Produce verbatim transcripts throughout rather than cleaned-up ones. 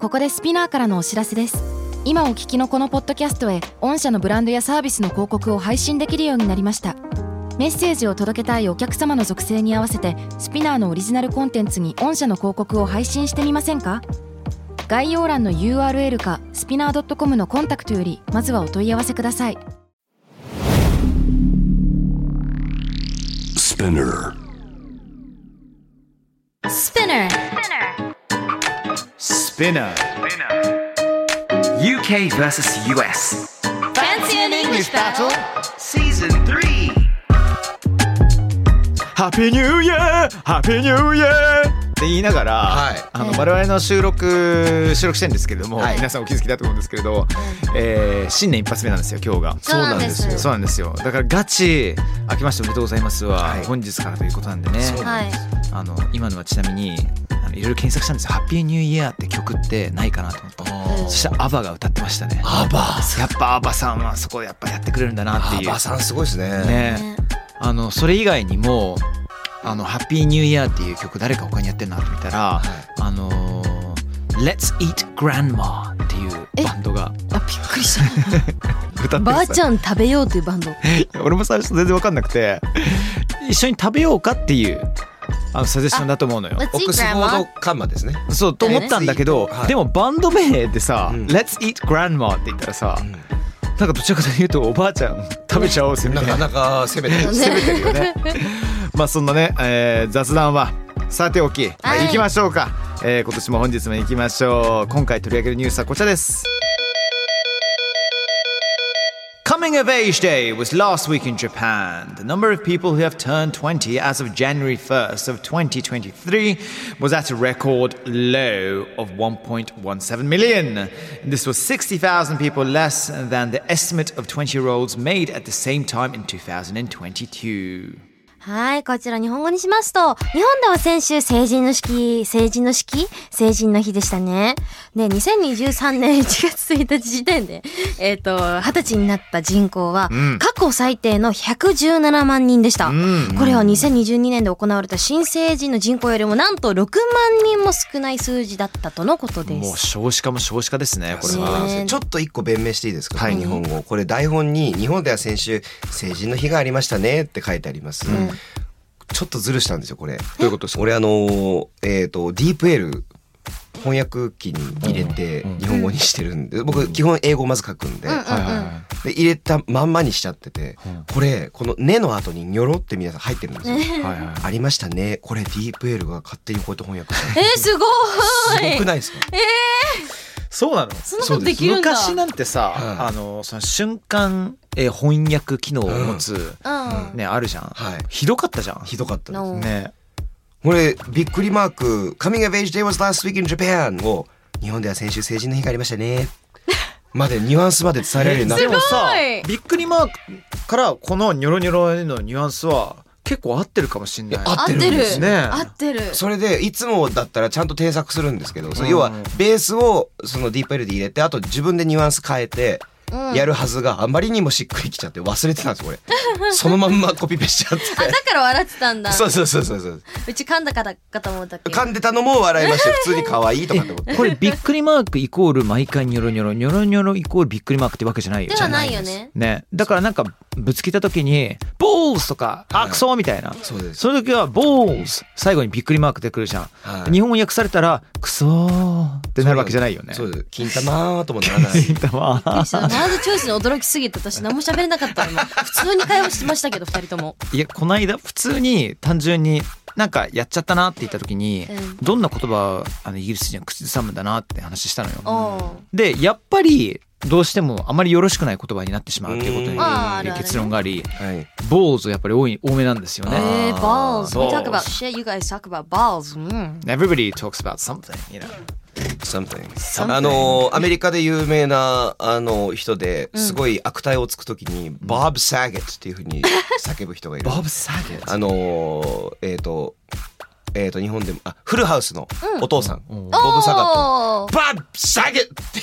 ここでスピナーからのお知らせです。今お聞きのこのポッドキャストへ御社のブランドやサービスの広告を配信できるようになりました。メッセージを届けたいお客様の属性に合わせてスピナーのオリジナルコンテンツに御社の広告を配信してみませんか？概要欄の ユーアールエル かスピナー ドットコム のコンタクトよりまずはお問い合わせください。 スピナースピナースピナー ユーケー vs ユーエス Fancy an English battle Season スリー Happy New Year! Happy New Year! って言いながら、はい、あの我々の収録収録してるんですけれども、はい、皆さんお気づきだと思うんですけれど、えー、新年一発目なんですよ今日が。 そうなんですよ。 そうなんですよ。だからガチ明けましておめでとうございますは、はい、本日からということなんでね。 はい、 あの今のはちなみにあのいろいろ検索したんですよ。ハッピーニューイヤーって曲ってないかなと思って、そしたらアバが歌ってましたね。 アバやっぱアバさんはそこやっぱやってくれるんだなっていう。 アバさんすごいですね。 ね、あのそれ以外にもあのハッピーニューイヤーっていう曲誰か他にやってるなと見たら、はい、あのー、Let's Eat Grandma っていうバンドがあびっくりした歌ってばあちゃん食べようというバンド俺も最初全然分かんなくて一緒に食べようかっていうあのサジェッションだと思うのよ。 オックスフォードカンマですね。 そうと思ったんだけど、はい、でもバンド名でさ、うん、Let's Eat Grandma って言ったらさ、うん、なんかどちらかというとおばあちゃん食べちゃおうぜみたいな、 なかなか攻めてる攻めてるよねまあそんなね、えー、雑談はさておき、はい、行きましょうか、えー、今年も本日も行きましょう。今回取り上げるニュースはこちらです。Coming of Age Day was last week in Japan. The number of people who have turned twenty as of January first of twenty twenty-three was at a record low of one point one seven million. This was sixty thousand people less than the estimate of twenty-year-olds made at the same time in two thousand twenty-two. はい、こちら日本語にしますと、日本では先週成人の式、成人の式成人の日でしたね。で、にせんにじゅうさんねんいちがつついたち時点で、えっと、はたちになった人口は、過去最低のひゃくじゅうななまんにんでした。うん、これはにせんにじゅうにねんで行われた新成人の人口よりもなんとろくまんにんも少ない数字だったとのことです。 もう少子化も少子化ですね、これは。 ね、ちょっと一個弁明していいですか、はい、日本語。これ台本に、日本では先週成人の日がありましたねって書いてあります。うんちょっとずるしたんですよこれ。どういうことですか？ 俺あのえっと ディープエル 翻訳機に入れて日本語にしてるんで、僕基本英語まず書くんで、で入れたまんまにしちゃってて、これこのねの後にニョロって皆さん入ってるんですよ。ありましたね。これ ディープエル が勝手にこうやって翻訳した。 えー、すごい。 すごくないですか？ えーそうなの？ そんなことできるんだ。 昔なんてさ、はい、あのその瞬間、えー、翻訳機能を持つ、うんね、あるじゃん、はい、ひどかったじゃん。 ひどかったですね。 これびっくりマーク Coming of Age Day was last week in Japan を日本では先週成人の日がありましたねまでニュアンスまで伝えられるようになって。 でもさびっくりマークからこのニョロニョロへのニュアンスは結構合ってるかもしれない。 合ってるんですね。 合ってる。 それでいつもだったらちゃんと添削するんですけど、その要はベースをそのディープエルで入れて、あと自分でニュアンス変えてやるはずがあまりにもしっくりきちゃって忘れてたんですこれそのまんまコピペしちゃってあ、だから笑ってたんだ。 そうそうそうそうそう。 うち噛んだかかと思ったっけ。 噛んでたのも笑いました。普通に可愛いとかって思ってこれびっくりマークイコール毎回ニョロニョロニョロニョロイコールびっくりマークってわけじゃないよ。 ではないよね。 ね、だからなんかぶつけた時にボールズとかアクソみたいな、はい、そうです。その時はボールズ最後にびっくりマークでくるじゃん、はい、日本語訳されたらクソーってなるわけじゃないよね。 そうです。金玉ーともならない金玉ー。 ワードチョイスに驚きすぎて私何も喋れなかった今普通に会話しましたけどふたりとも。 いやこの間普通に単純になんかやっちゃったなって言った時に、うん、どんな言葉あのイギリス人は口ずさむんだなって話したのよ。でやっぱりどうしてもあまりよろしくない言葉になってしまうということに結論があり、ボーズやっぱり多い多めなんですよね。 えー、balls. We talk about shit. You guys talk about balls. Everybody talks about something, you know. Something. あのアメリカで有名なあの人ですごい悪態をつくときに、うん、ボブ・サゲットっていう風に叫ぶ人がいる。 ボブ・サゲット。 あのえっ、ー、とえっ、ー、と日本でもあフルハウスのお父さん、うんうん、ボブ・サガット。ボブ・サゲットって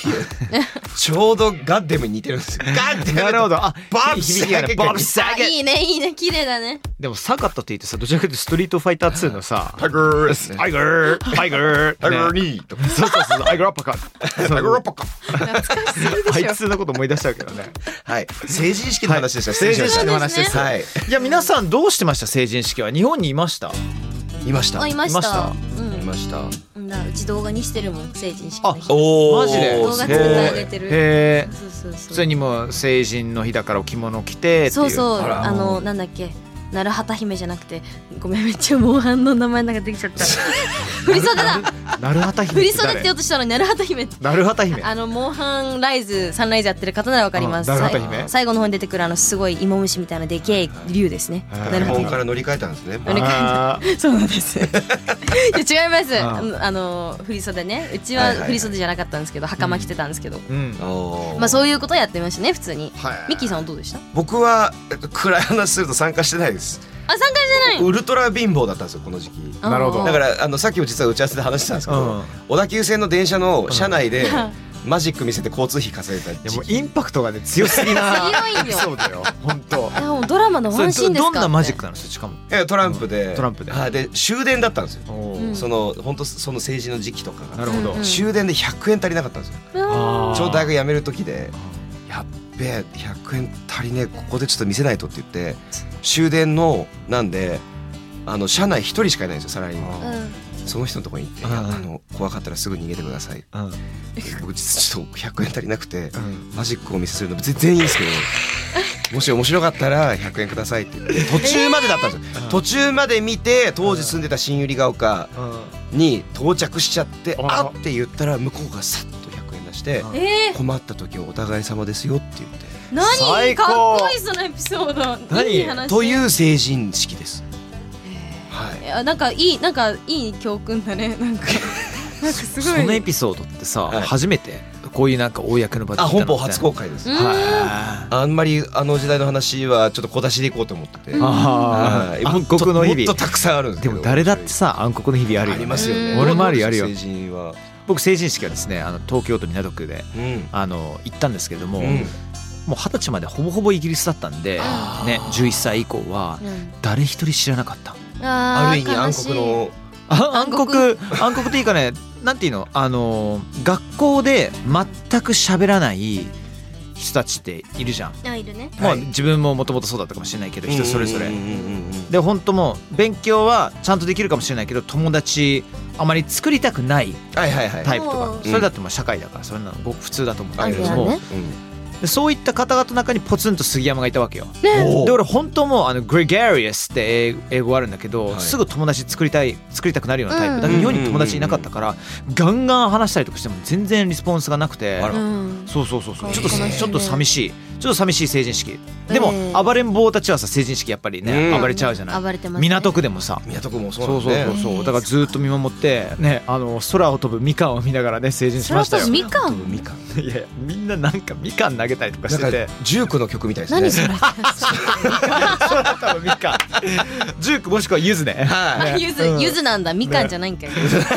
ちょうどガッデムに似てるんですよ。ガッデムなるほど。あ、 ボブ響きがね、ボブサゲット。 いいねいいね綺麗だね。 でもサガットって言ってさ、どちらかというとストリートファイターツーのさ、 タイガーですね。 タイガー、タイガー、 タイガーねにとか。 そうそうそう、アイガーアッパーカット。 タイガーパカ。 懐かしすぎあいでしょ。 つのこと思い出しちゃうけどね。 はい。成人式の話でした。 成人式の話です。 はい。 いや、皆さんどうしてました？成人式は日本にいました？ いました。 あいました。 いましたうんいました。 うんだうち動画にしてるもん成人式の日。 おマジで動画作ってあげてる。 へー。 そうそうそう。 それにも成人の日だからお着物着てっていう。 そうそうあらあのなんだっけ鳴畑姫じゃなくてごめんめっちゃモンハンの名前なんかできちゃった振り袖だなるはた姫振りって誰？ 袖って言おうとしたのに鳴畑姫ってなるはた姫。 あのモンハンライズサンライズやってる方ならわかります。 うん鳴さい畑姫最後の方に出てくるあのすごい芋虫みたいなでけえ竜ですね。 へー鳴畑日本から乗り換えたんですね。 乗り換あー姫そうなんですいや違いますんあのあの振り袖ねうちはいはいはいは振り袖じゃなかったんですけど袴着てたんですけどうん。 おーまあそういうことやってましたね普通に。 はいミッキーさんはどうでした？ 僕はえっと暗い話すると参加してないです。 あ参加してないウルトラ貧乏だったんですよこの時期。 なるほどだからあのさっきも実は打ち合わせで話してたんですけど、 うん小田急線の電車の車内でマジック見せて交通費稼いだいや時期。 もうインパクトがね強すぎな。 強いよそうだよ。本当。 えもうドラマのワンシーンですか？ どんなマジック？ クなの？しかも。 えトランプでトランプではいで終電だったんですよ。 おーうんその本当その政治の時期とかがなるほどうんうん終電でひゃくえん足りなかったんですよ。 あーちょうど大学辞める時でやっべえひゃくえん足りねえここでちょっと見せないとって言って終電のなんであの車内一人しかいないんですよさらにあその人のところに行っていやあの怖かったらすぐ逃げてくださいうんうん僕実はちょっとひゃくえん足りなくてうんマジックをお見せするの全然いいんですけどもし面白かったらひゃくえんくださいって言って途中までだったんですよ途中まで見て当時住んでた新百合ヶ丘に到着しちゃってうんあって言ったら向こうがさっとひゃくえん出してうんえー困った時はお互い様ですよって言って何最高かっこいいそのエピソード。 何いい話という成人式です。はいいやなんかいいなんかいい教訓だねなんかなんかすごい。 そのエピソードってさ、 はい初めてこういうなんか公の場であ言ったの本邦初公開です。 うんはあんまりあの時代の話はちょっと小出しでいこうと思ってて、 いあはいー暗黒の日々 もっとたくさんあるんですけど。 でも誰だってさ暗黒の日々あるよあねりますよね。 うん俺もあるよあるよ成人は。 僕成人式はですねあの東京都港区でうん。 あの行ったんですけども、 うんもう二十歳までほぼほぼイギリスだったんで、 あね、じゅういっさい以降はうん誰一人知らなかった。 あーある意味暗悲しい黒のあ暗暗黒暗黒っていうかねなんていうのあの学校で全く喋らない人たちっているじゃん、 あいるね。 まあはい自分ももともとそうだったかもしれないけど人それぞれうんうんうんうんで本当もう勉強はちゃんとできるかもしれないけど友達あまり作りたくないはいはいはい。 タイプとかうんそれだってまあ社会だからそれなのごく普通だと思うんだけれどもあるよねでそういった方々の中にポツンと杉山がいたわけよ。 おーで俺本当もうあのグレガリアスって英英語あるんだけど、 はいすぐ友達作りたい作りたくなるようなタイプ、 うんだけど日本に友達いなかったから、ガンガン話したりとかしても全然リスポンスがなくてあらうんそうそうそうそうちょっと悲しいねちょっと寂しいちょっと寂しい成人式でも、 ええ暴れん坊たちはさ成人式やっぱりね、 うん暴れちゃうじゃない、 暴れてますね。 港区でもさ港区もそうそうそうなんですね。 そうそうだからずっと見守ってねあの空を飛ぶみかんを見ながらね成人しましたよ。 空飛ぶみかん飛ぶみかん。 いやいやみんななんかみかん投げたりとかしなんててかジュークの曲みたいですね。 何それ。 空飛ぶみかんジュークもしくはゆずね。 はい。 あゆずうんゆずなんだみかんじゃないんかい。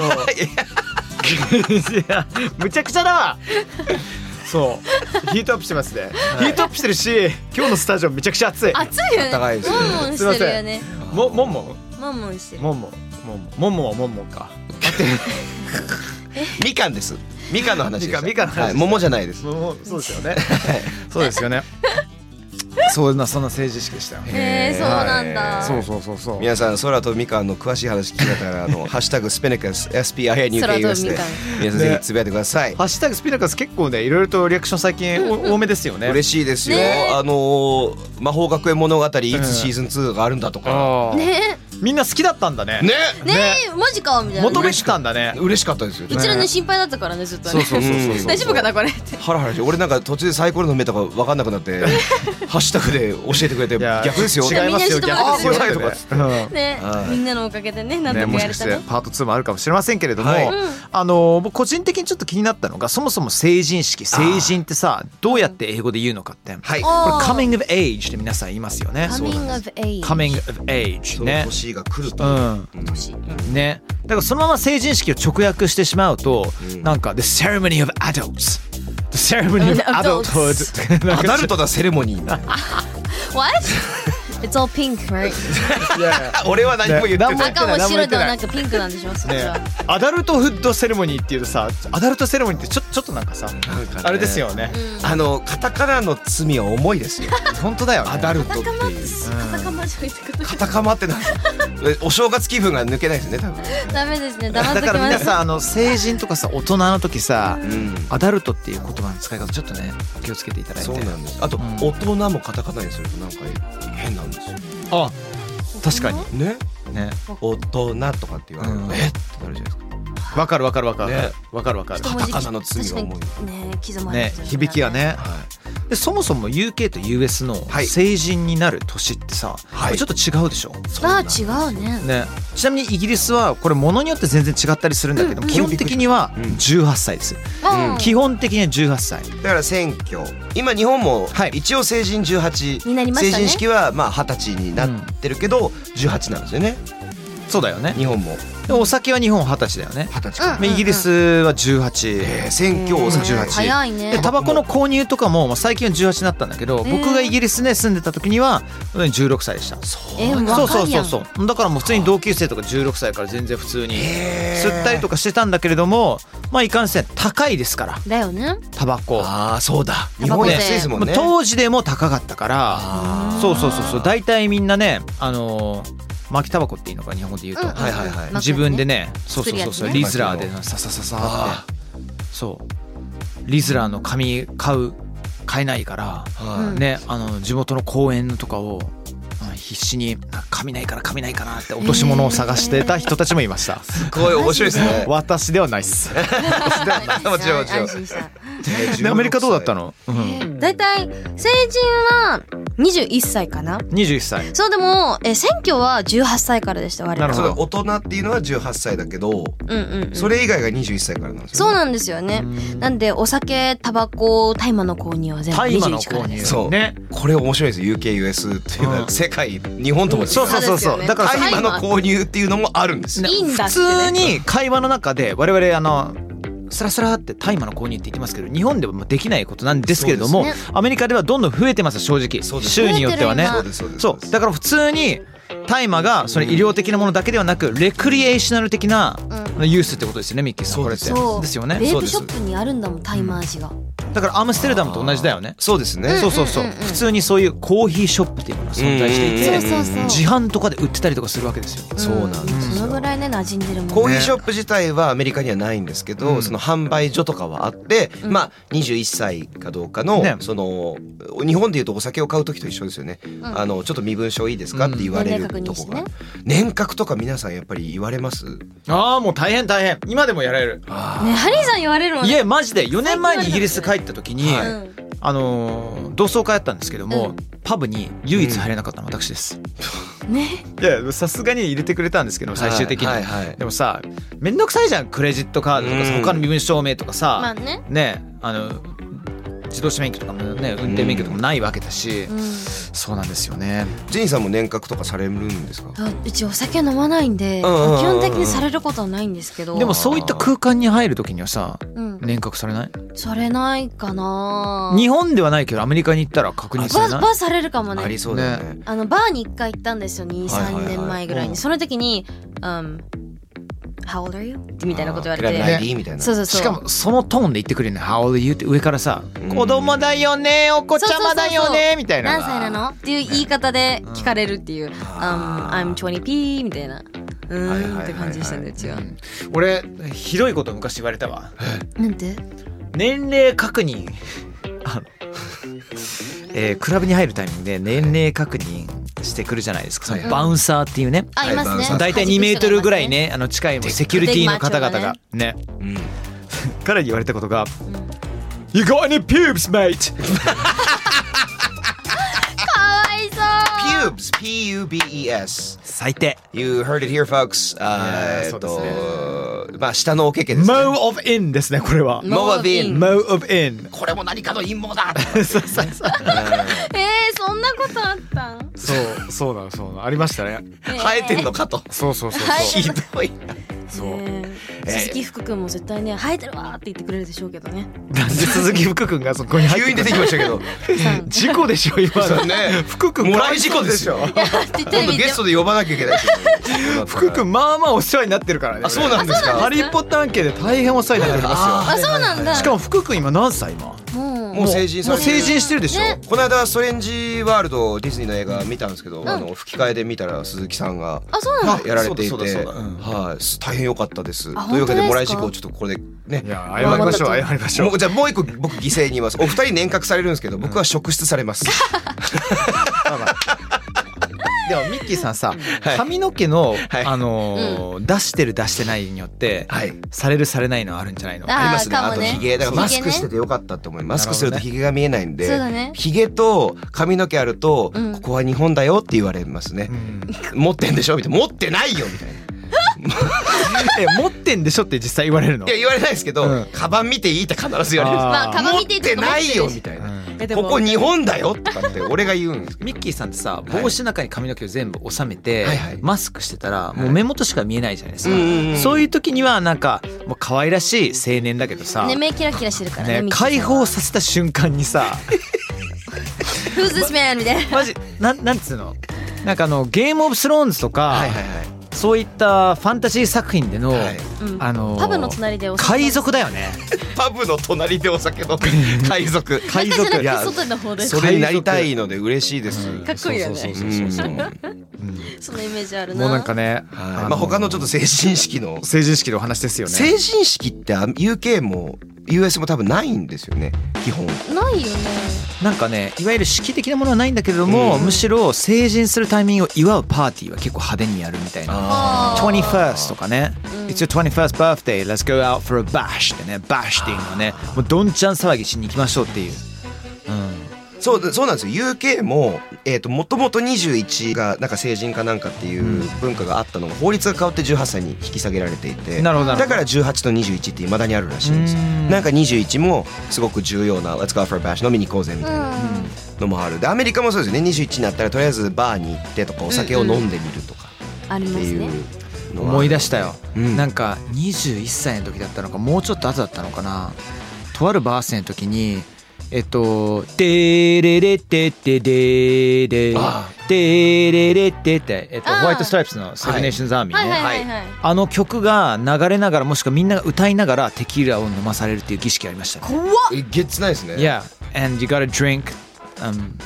いやむちゃくちゃだわそうヒートアップしてますね、ヒートアップしてるし今日のスタジオめちゃくちゃ暑い暑いよね。 暖かいですよねモンモンしてるよね。 ももんもんモンモンしてる。 もんもんもんもんもんもんはもんもんかみかんです。みかんの話です。 みかんみかんの話はい。桃じゃないです。 もうそうですよねそうですよねそうなそんな成人式でしたよへえそうなんだ。 そうそうそうそう皆さん空とみかんの詳しい話聞きたらあのハッシュタグスペネカス エスピーアイエヌユーケーユーエス で空と皆さんぜひつぶやいてください。 ハッシュタグスピナカス結構ねいろいろとリアクション最近お多めですよね嬉しいですよ。 ねあのー魔法学園物語いつシーズンツーがあるんだとか。 あーねみんな好きだったんだねね。 えねえマジかみたいな。 求めてたんだね嬉しかったですよ。 うちらね心配だったからねずっとね。 そうそうそうそうそう大丈夫かなこれって。 ハラハラして俺なんか途中でサイコロの目とか分かんなくなってハッシュタグで教えてくれていや逆ですよ。 違いますよみんな逆ですよあーこれとかっつってうんねはいみんなのおかげでねなんね、 とかもしかしやれたね。 てパートツーもあるかもしれませんけれども、 はいあの僕個人的にちょっと気になったのがそもそも成人式成人ってさどうやって英語で言うのかって、 はい。 こあれ coming of age って皆さん言いますよね。 カミングオブエイジ。 coming of age そのね。 年が来ると。 うんうんね。だからそのまま成人式を直訳してしまうと、 うんなんか the ceremony of adults The ceremony of adulthood アダルトなセレモニー。 What? It's all pink, right? 俺は何も言ってない。 赤も白ではなくピンクなんでしょそれは。 アダルトフッドセレモニーっていうとさ、アダルトセレモニーってちょちょっとなんかさ、 なんかねあれですよね。 あのカタカナの罪は重いですよ。 本当だよね。 アダルトっていう。 カタカマじゃないってことカタカマってなんお正月気分が抜けないですね多分。 ダメですね。黙っときだからみんなます。 さ、あの成人とかさ大人の時さ、 うんアダルトっていう言葉の使い方ちょっとね気をつけていただいて。 そうなんです。あと、 うん大人もカタカナにするとなんか変なんですよ。 あ、確かにね。 ね。 大人とかって言われると、 うんえってなるじゃないですか。 わかるわかるわかるねわかるわかる。 一文字カタカナの罪が重い確かにね刻まれねてる響きがね。 はでそもそも ユーケー と ユーエス のはい成人になる年ってさ、 はいちょっと違うでしょ。 あ違うね。 ね、ちなみにイギリスはこれ物によって全然違ったりするんだけど、 うん基本的にはうんじゅうはっさいです、 うん基本的にはじゅうはっさい。 い。だから選挙今日本もはい一応成人じゅうはち、 になりましたね成人式はまあはたちになってるけどじゅうはちなんですよね。 そうだよね。 日本もでお酒は日本はたちだよね。 はたちか。 うんまあイギリスはじゅうはち、 えー選挙お酒じゅうはち。 早いねで。タバコの購入とかも、まあ、最近はじゅうはちになったんだけど、 ー僕がイギリスで住んでた時にはじゅうろくさいでした。 えそう若いやん。 そうそうそうだからもう普通に同級生とかじゅうろくさいから全然普通にへー吸ったりとかしてたんだけれども、まあいかんせん高いですからだよね。 タバコ。 ああそうだ。日タバコ税本安いですもんまあね。 当時でも高かったからあそうそうそうそう大体みんなねあのー巻きタバコっていいのか日本語で言うと、 うんうんはいはいはい自分でねそうそうそうそう、 作るやつねリズラーでささささってそうリズラーの紙買う買えないから、 はいねあの地元の公園とかをあ必死にあ紙ないから紙ないかなって落とし物を探してた人たちもいました。 すごい面白いですね。 私ではないっす。 もちろんもちろん安心した。 でアメリカどうだったの？うん、 だいたい成人はにじゅういっさいかな。 にじゅういっさい。 そうでもえ選挙はじゅうはっさいからでした我々。 なるほどそう大人っていうのはじゅうはっさいだけど、 うんうんうん。 それ以外がにじゅういっさいからなんですよね。 そうなんですよね。なんでお酒、タバコ、大麻の購入は全部大麻のにじゅういちから購入です。 そうね。 これ面白いです。ユーケーユーエス っていうのうんは世界日本とも違う。 そうそうそうそう。だから大大麻の購入っていうのもあるんですよ。 いいんだって普ね通に会話の中で我々あのスラスラって大麻の購入って言ってますけど日本ではもうできないことなんですけれども、 そうですアメリカではどんどん増えてます正直そうです州によってはね増えてるそうですそうですそうだから普通に大麻がそれ医療的なものだけではなくレクリエーショナル的なユースってことですよねミッキーさんこれってそうですよねベーそうですプショップにあるんだもんタイマー味が。 だからアムステルダムと同じだよねそうですね。 そうそうそううんうんうん普通にそういうコーヒーショップっていうのが存在していてそうそうそう。 自販とかで売ってたりとかするわけですよそうなんですよそのぐらいね馴染んでるもん。 コーヒーショップ自体はアメリカにはないんですけど、 うんその販売所とかはあって、 うんまあにじゅういっさいかどうかの、 ねその日本でいうとお酒を買う時と一緒ですよね、 んあのちょっと身分証いいですかって言われるとこが、年額とか皆さんやっぱり言われます？ ああもう大変大変今でもやられるねハリーさん言われるもんいね。 やマジでよねんまえにイギリス帰った時に、 はいうんあのー同窓会やったんですけども、 うんパブに唯一入れなかったのは私です、 ね。 いやさすがに入れてくれたんですけど最終的に、 はいはいはいでもさめんどくさいじゃんクレジットカードとかさ、 うん他の身分証明とかさ、 まあね。 ねあの自動車免許とかもね運転免許とかもないわけだし、 うん。 そうなんですよねジェニーさんも年額とかされるんですか？ あうちお酒飲まないんで、 うんうんうんうん基本的にされることはないんですけど。 でもそういった空間に入る時にはさうん。 年額されないされないかな。 日本ではないけどアメリカに行ったら確認されないババされるかもね。 ありそうだよね。 あのバーに一回行ったんですよに、 はいはいはいさんねんまえぐらいに。その時に、um, How old are you? みたいなこと言われて。 クラブ アイディー みたいな。 そうそうそう。 しかもそのトーンで言ってくれるね How old are you って上からさうん子供だよねお子ちゃまだよねみたいな何歳なのっていう言い方で聞かれるっていう、um, I'm にじゅうピー みたいな。うはいはいはいはいーんって感じでしたねうちは。 俺ひどいこと昔言われたわなんて？ 年齢確認あの、えークラブに入るタイミングで年齢確認してくるじゃないですかそのバウンサーっていうねあいますね。 だいたいにメートルぐらいねあの近いもうセキュリティの方々がねうん彼に言われたことが You got any pubes mate かわいそう。 Pubes P U B E S 最低 You heard it here folks あーえっそうですねとまあ下のおけけですね Mo of in ですねこれは Mo of in Mo of in これも何かの陰謀だそうそうそうえー、そんなことあったん？ そうそうなのそうなのありましたね生えてんのかとそうそうそうはいそうひどいそう、 ねえ鈴木福君も絶対ね生えてるわって言ってくれるでしょうけどね。 なんで鈴木福君がそこに入って急に出てきましたけど事故でしょ今のね福君もらい事故ですよ。 いやって言って今度ゲストで呼ばなきゃいけないですよ。 福君まあまあお世話になってるからね。 あ、そうなんですか。 ハリーポッター案件で大変お世話になっておりまあ、そうなんだ。 すよ。しかも福君今何歳今？ もうもう成人されてる。 もう成人してるでしょ、 ねこの間ストレンジワールドディズニーの映画見たんですけど、あの吹き替えで見たら鈴木さんがあ、そうなんだ。 やられていて、 そうだそうだそうだうんはい、大変良かったです。 あというわけで本当ですかもらい事故をちょっとここでね。 いや謝りましょう謝りましょう。 もうじゃあもう一個僕犠牲に言います。お二人年賀されるんですけど、僕は職質されます。 でもミッキーさんさ、 はい髪の毛の、 はいあのー出してる出してないによって、 はいされるされないのあるんじゃないの？ あありますね。あとかもねヒゲだからマスヒゲねクしててよかったって思います。マスクするとヒゲが見えないんで、 そうだねヒゲと髪の毛あると、 うんここは日本だよって言われますね。 うん持ってんでしょみたいな。持ってないよみたいな。 え持ってんでしょって実際言われるの？ いや言われないですけど、 うんカバン見ていいって必ず言われる。 あーまあカバン見ていい持ってないよみたいたいな。 うんえでもここ日本だよとかって俺が言うんですけど。 ミッキーさんってさはい帽子の中に髪の毛を全部収めて、 はいはいマスクしてたらもう目元しか見えないじゃないですか、 うんうんうんそういう時にはなんかもう可愛らしい青年だけどさ、 ね、目キラキラしてるからね。 ねミッキーさんは解放させた瞬間にさ Who's this man? みたいな。 マジなんなんつうのなんかあのゲームオブスローンズとか、 はいはいはい。 そういったファンタジー作品での、 はいうんあのーパブの隣でお酒海賊だよね。 パブの隣でお酒飲む海賊。 海中じゃ賊なくて外の方です。 それになりたいので嬉しいです。 かっこいいよねそうそうそうそうそううんそのイメージあるな。 もうなんかね、 はいあのーまあ他のちょっと成人式の成人式のお話ですよね。 成人式ってあ ユーケー も ユーエス も多分ないんですよね基本。 ないよね。 なんかねいわゆる式的なものはないんだけれども、 うんむしろ成人するタイミングを祝うパーティーは結構派手にやるみたいな。 あー twenty-first とかね、 うん It's your twenty-first birthday let's go out for a bash ってね bash っていうのはねもうどんちゃん騒ぎしに行きましょうっていう、うん、 そうそうなんですよ。 ユーケー もえっともともとにじゅういちがなんか成人かなんかっていう文化があったのが法律が変わってじゅうはっさいに引き下げられていて、 なるほどなるほどだからじゅうはちとにじゅういちって未だにあるらしいんですよ。 うんなんかにじゅういちもすごく重要な Let's go for a bash 飲みに行こうぜみたいなうのもある。でアメリカもそうですよね。にじゅういちになったらとりあえずバーに行ってとかお酒を飲んでみるとかん。ありっていうますね。 のは思い出したよ、 うんなんかにじゅういっさいの時だったのかもうちょっと後だったのかな、とあるバースデーの時にえっと「デレレテテデレあデレレテテ」えっとあーホワイトストライプスの「セブンネーションズアーミー」ね、 はいはいはいはい。 あの曲が流れながらもしくはみんなが歌いながらテキーラを飲まされるっていう儀式がありましたね。 怖っ。 えゲッツないですね。 Yeah, and you gotta drink. Um,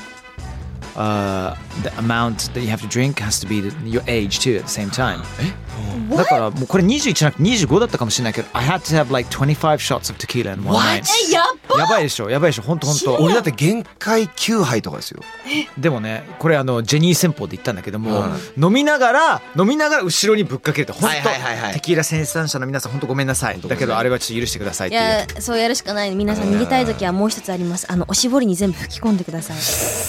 uh, the amount that you have to drink has to be the, your age too at the same time. だからもうこれにじゅういちじゃなくてにじゅうごだったかもしれないけど I had to have like twenty-five shots of tequila in one night. え、やっば。 やばいでしょやばいでしょほんとほんと。 俺だって限界きゅうはいとかですよ。 でもねこれあのジェニー戦法で言ったんだけども、 は飲みながら飲みながら後ろにぶっかけると本はいはいはいはい当テキーラ生産者の皆さん本当ごめんなさいだけどあれはちょっと許してくださいっいていう。 や、そうやるしかない。皆さん逃げたい時はもう一つあります。あのおしぼりに全部吹き込んでください。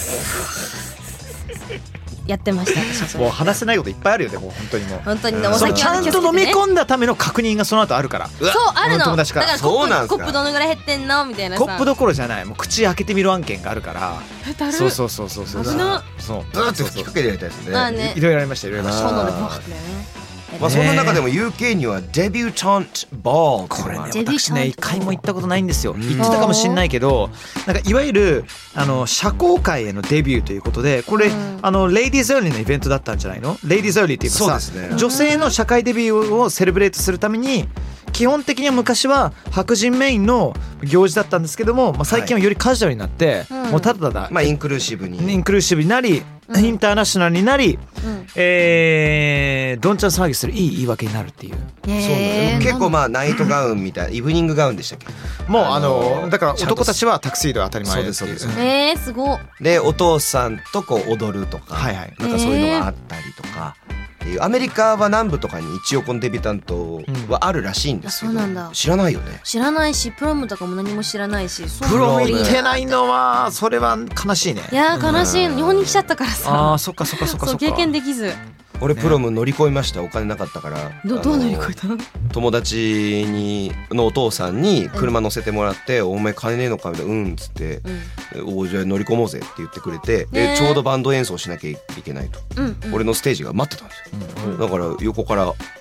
やってました私はそれ。 もう話せないこといっぱいあるよねもう本当にもう。 本当にねおその酒はちゃんと飲み気をつけてね。 込んだための確認がその後あるから。 うわそうあるの。 友達からだからコップそうなんすかコップどのぐらい減ってんのみたいなさ。 コップどころじゃないもう口開けてみる案件があるから。 えだるそうそうそうそうそう危なそうずーっと吹きかけてやりたいですね。 まあねいろいろありましたいろいろありました。 炎でバーってね。 まあそんな中でも ユーケー にはデビュータントバーこれねデビュー私ね一タント回も行ったことないんですよ。行ってたかもしれないけどなんかいわゆるあの社交界へのデビューということでこれ、 うんあのレイディーズ・エーリーのイベントだったんじゃないの。レイディーズ・エーリーっていうかさそうですね女性の社会デビューをセレブレートするために基本的には昔は白人メインの行事だったんですけども、まあ、最近はよりカジュアルになって、 うんもうただただ、 まあインクルーシブに。 インクルーシブになり、 うんインターナショナルになり、 うんえーどんちゃん騒ぎするいい言い訳になるっていう。 そうなのへー結構まあナイトガウンみたいなイブニングガウンでしたっけ。 もうああののだからちゃんと男たちはタクシードは当たり前っていうそうですそうですえー、すごっ。 でお父さんとこう踊るとか、 はいはいなんかそういうのがあったりとか。っていうアメリカは南部とかに一応このデビュータントはあるらしいんですけど、 うんあそうなんだ知らないよね。 知らないしプロムとかも何も知らないし。そうプロもム行ってないのはそれは悲しいね。 いやー悲しいの。日本に来ちゃったからあさ。 あそっかそっかそっかそっか。 そう経験できず。 俺プロム乗り越えました。お金なかったから。 どどう乗り越えたの？ 友達にのお父さんに車乗せてもらって「お前金ねえのか?」みたいな「うん」っつって「おじゃあ乗り込もうぜ」って言ってくれて、 ねでちょうどバンド演奏しなきゃいけないと、 うんうん。 俺のステージが待ってたんですよ、だから横から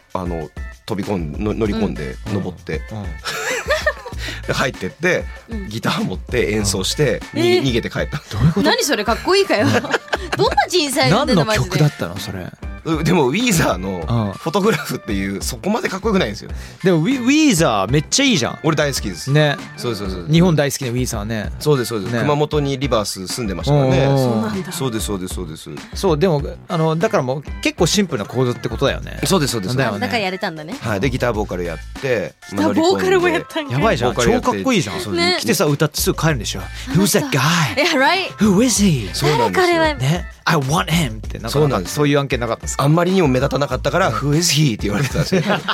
あの飛び込んの乗り込んで、うん、登って、うんうんで入ってって、うん、ギター持って演奏して、うん、逃, 逃げて帰った。 どういうこと？何それかっこいいかよ。どんな人生なんだよマジで。 何の曲だったのそれ。 でもウィーザーのフォトグラフっていうそこまでかっこよくないんですよ。 でもウィーザーめっちゃいいじゃん。 俺大好きですね。 そうそうそう。 日本大好きなウィーザーね。 そうですそうです、ね、熊本にリバース住んでましたからね。 そうなんだ。 そうですそうですそうです。 そうでもあのだからもう結構シンプルなコードってことだよね。 そうですそうです。 だよね。だからやれたんだね。 はい。でギターボーカルやってギターボーカルもやったんか。 やばいじゃん。超かっこいいじゃん。ね、来てさ歌ってすぐ帰るんでしょ。Who's that guy? Yeah, right. Who is he? 誰彼はね。I want him ってなんかそうなんです。そういう案件なかったですか。 あんまりにも目立たなかったから Who is he って言われてたんですよ。だ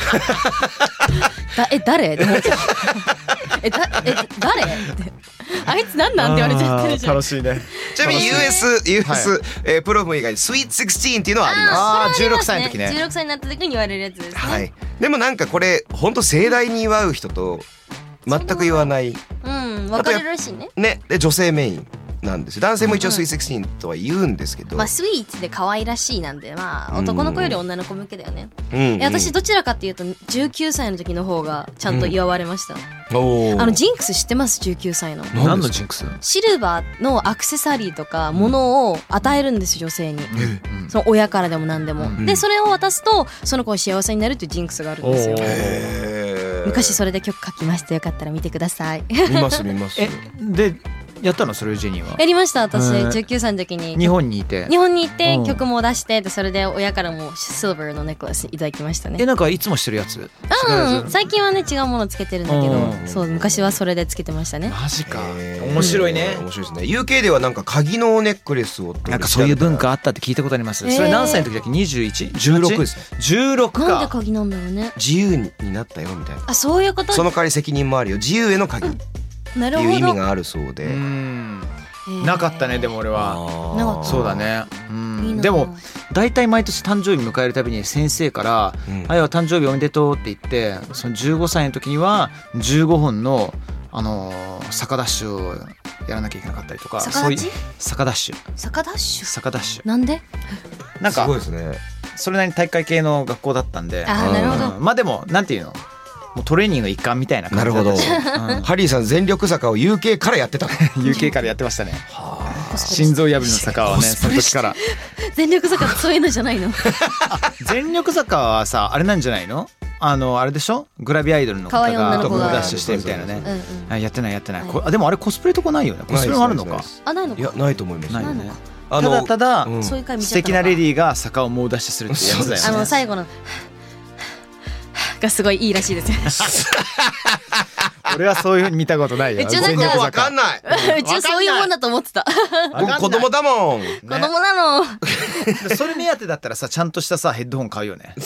え誰？えだえ誰？ってあいつなんなんって言われちゃってるじゃん。 楽しいね。 ちなみに ユーエス ユーエス、はいえー、プロム以外に Sweet じゅうろくっていうのはあります。 ああじゅうろくさいの時ね。 じゅうろくさいになった時に言われるやつですね。 はい。でもなんかこれ本当盛大に祝う人と全く言わない。 うん分かれるらしいね。 ねで女性メイン。なんですよ。男性も一応 Sweet じゅうろくとは言うんですけど、 まあスイーツで可愛らしいなんでまあ男の子より女の子向けだよね。 うんうん、 私どちらかっていうとじゅうきゅうさいの時の方がちゃんと祝われました。 うん、 あのジンクス知ってます？じゅうきゅうさいの。 何のジンクス？ シルバーのアクセサリーとか物を与えるんです女性に。うん、その親からでも何でも。うん、でそれを渡すとその子は幸せになるっていうジンクスがあるんですよ。昔それで曲書きました。よかったら見てください。 見ます見ます。 えでやったのそれジェニーは？ やりました私じゅうきゅうさいの時に日本にいて日本にいて曲も出してでそれで親からもシルバーのネックレスいただきましたね。 えなんかいつもしてるやつ？ うん最近はね違うものつけてるんだけどそう昔はそれでつけてましたね。 マジか面白いね。 面白いですね。 ユーケー ではなんか鍵のネックレスをなんかそういう文化あったって聞いたことあります。それ何歳の時だっけ？ にじゅういち？じゅうろく ですね。じゅうろくか。 なんで鍵なんだろうね。 自由になったよみたいな。 あそういうこと。 その代わり責任もあるよ自由への鍵っていう意味があるそうで。 うんなかったね。でも俺はなかった。 そうだね。うんでも大体毎年誕生日迎えるたびに先生から「うん、はい、誕生日おめでとう」って言ってそのじゅうごさいの時にはじゅうごふんのあのー、坂ダッシュをやらなきゃいけなかったりとか。 坂ダッシュ？ 坂ダッシュ坂ダッシュ坂ダッシュなんで？ なんかすごいですね。 それなりに体育会系の学校だったんで。 あなるほど、 うん、まあでもなんていうのもうトレーニングの一環みたいな感じだったし。 なるほど、うん、ハリーさん全力坂を ユーケー からやってたの。 ユーケー からやってましたね。心臓破りの坂はねその時から。 全力坂ってそういうのじゃないの？ 全力坂はさあれなんじゃないの？あのあれでしょグラビアアイドルの方がダッシュしてみたいなね。うんうん、やってないやってない、はい、あでもあれコスプレとかないよね。コスプレもあるのか？ あないのか？ いやないと思います。 ないよね。ただただ、うん、素敵なレディーが坂を猛ダッシュするってやつだよね。 あの最後のがすごいいいらしいですよ。 俺はそういう風に見たことないよ。 うちなんかわかんない。 うちそういうもんだと思ってた。 僕子供だもん。 子供なの。 それ目当てだったらさちゃんとしたさヘッドホン買うよね。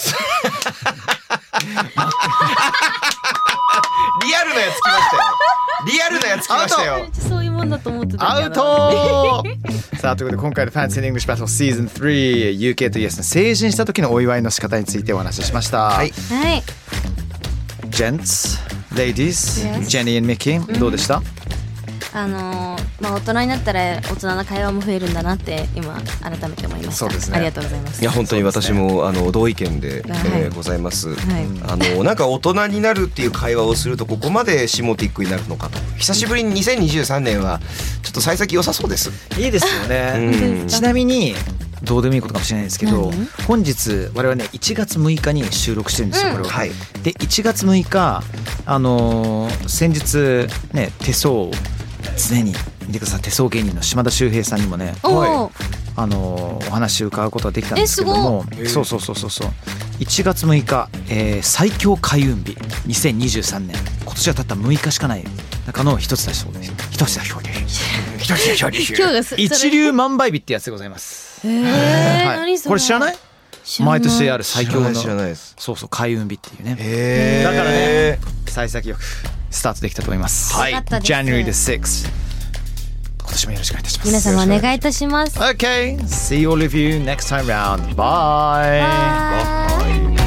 リアルなやつ来ましたよ。リアルなやつ来ましたよ。 そういうもんだと思ってた。 アウト。さあということで今回の Fancy in English Battle Season スリー ユーケー と イエス の成人した時のお祝いの仕方についてお話ししました。 はい。 はい。 Gents, ladies, Jenny and Mickey、うん、どうでした？ あのー、まあ大人になったら大人な会話も増えるんだなって今改めて思いました。 そうですね。 ありがとうございます。 いや本当に私もあの同意見で、はいえー、ございます。はい、あのなんか大人になるっていう会話をするとここまでシモティックになるのかと。久しぶりににせんにじゅうさんねんはちょっと幸先良さそうです。 いいですよね。うん、ちなみにどうでもいいことかもしれないですけど、本日我々ねいちがつむいかに収録してるんですよ、うん、これは。はい、でいちがつむいかあのー、先日ね手相常に見てください手相芸人の島田秀平さんにもね、はい、あのー、お話を伺うことができたんですけども、そうそうそうそうそういちがつむいか、えー、最強開運日にせんにじゅうさんねん今年はたったむいかしかない中の一つだそうです。一つだそうです。一つだそうです。 今日が一粒万倍日ってやつでございます。 えーはい、何それこれ知らない？毎年ある最強の知らないです。 そうそう開運日っていうね。 へーだからね幸先よくスタートできたと思います。 はい。 January the sixth 今年もよろしくお願いいたします。 皆様お願いいたします。 Okay, see all of you next time round. Bye. Bye. Bye.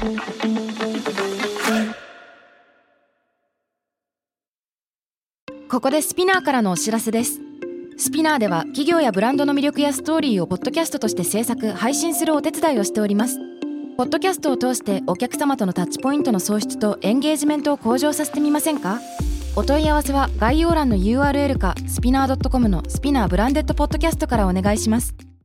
こここでスピナーからのお知らせです。スピナーでは企業やブランドの魅力やストーリーをポッドキャストとして制作・配信するお手伝いをしております。ポッドキャストを通してお客様とのタッチポイントの創出とエンゲージメントを向上させてみませんか？お問い合わせは概要欄の ユーアールエル かスピナー ドットコム のスピナーブランデッドポッドキャストからお願いします。